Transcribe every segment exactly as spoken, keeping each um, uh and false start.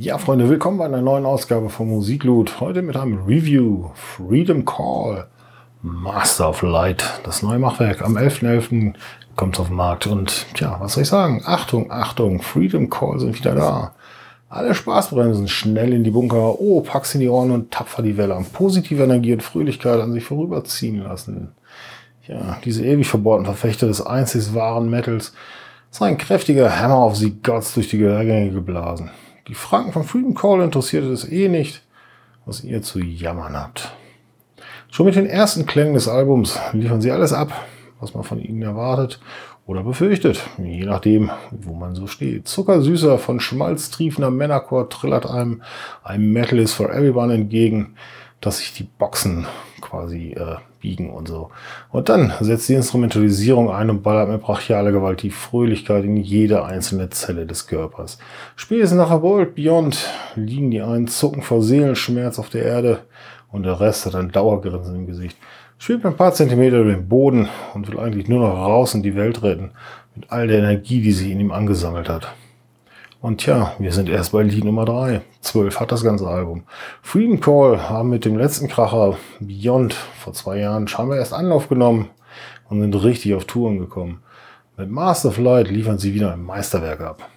Ja, Freunde, willkommen bei einer neuen Ausgabe von Musikloot. Heute mit einem Review. Freedom Call, Master of Light. Das neue Machwerk. Am elften elften kommt es auf den Markt. Und ja, was soll ich sagen? Achtung, Achtung, Freedom Call sind wieder da. Alle Spaßbremsen, schnell in die Bunker. Oh, pack's in die Ohren und tapfer die Welle an. Positive Energie und Fröhlichkeit an sich vorüberziehen lassen. Ja, diese ewig verbohrten Verfechter des einzig wahren Metals. Es war ein kräftiger Hammer of the Gods durch die Gehörgänge geblasen. Die Franken von Freedom Call interessiert es eh nicht, was ihr zu jammern habt. Schon mit den ersten Klängen des Albums liefern sie alles ab, was man von ihnen erwartet oder befürchtet, je nachdem, wo man so steht. Zuckersüßer, von Schmalz triefender Männerchor trillert einem ein Metal is for everyone entgegen, dass sich die Boxen quasi äh, biegen und so. Und dann setzt die Instrumentalisierung ein und ballert mit brachialer Gewalt die Fröhlichkeit in jede einzelne Zelle des Körpers. Spätestens nach A World Beyond liegen die einen zucken vor Seelenschmerz auf der Erde und der Rest hat ein Dauergrinsen im Gesicht. Schwebt ein paar Zentimeter über den Boden und will eigentlich nur noch raus und die Welt retten, mit all der Energie, die sie in ihm angesammelt hat. Und ja, wir sind erst bei Lied Nummer drei. zwölf hat das ganze Album. Freedom Call haben mit dem letzten Kracher Beyond vor zwei Jahren scheinbar erst Anlauf genommen und sind richtig auf Touren gekommen. Mit Master of Light liefern sie wieder ein Meisterwerk ab.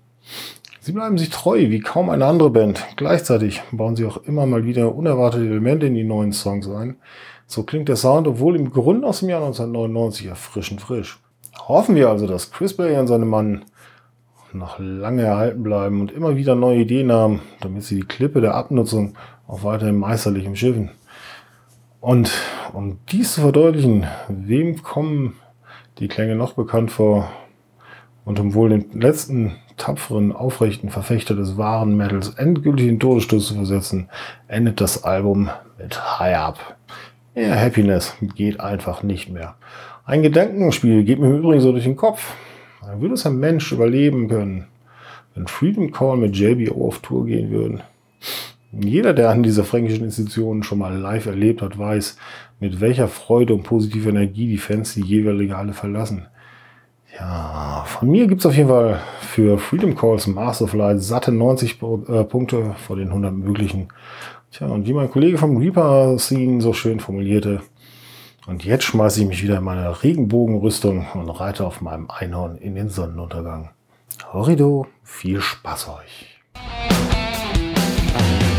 Sie bleiben sich treu wie kaum eine andere Band. Gleichzeitig bauen sie auch immer mal wieder unerwartete Elemente in die neuen Songs ein. So klingt der Sound, obwohl im Grunde aus dem Jahr neunzehnhundertneunundneunzig erfrischend frisch. Hoffen wir also, dass Chris Bay und seine Mann noch lange erhalten bleiben und immer wieder neue Ideen haben, damit sie die Klippe der Abnutzung auch weiterhin meisterlich umschiffen. Und um dies zu verdeutlichen, wem kommen die Klänge noch bekannt vor und um wohl den letzten tapferen, aufrechten Verfechter des wahren Metals endgültig den Todesstoß zu versetzen, endet das Album mit High Up. Ja, Happiness geht einfach nicht mehr. Ein Gedankenspiel geht mir im Übrigen so durch den Kopf. Würde es ein Mensch überleben können, wenn Freedom Call mit J B O auf Tour gehen würden? Jeder, der an dieser fränkischen Institution schon mal live erlebt hat, weiß, mit welcher Freude und positiver Energie die Fans die jeweilige Halle verlassen. Ja, von mir gibt es auf jeden Fall für Freedom Calls Master of Light satte neunzig äh, Punkte vor den hundert möglichen. Tja, und wie mein Kollege vom Reaper Scene so schön formulierte, und jetzt schmeiße ich mich wieder in meine Regenbogenrüstung und reite auf meinem Einhorn in den Sonnenuntergang. Horrido, viel Spaß euch!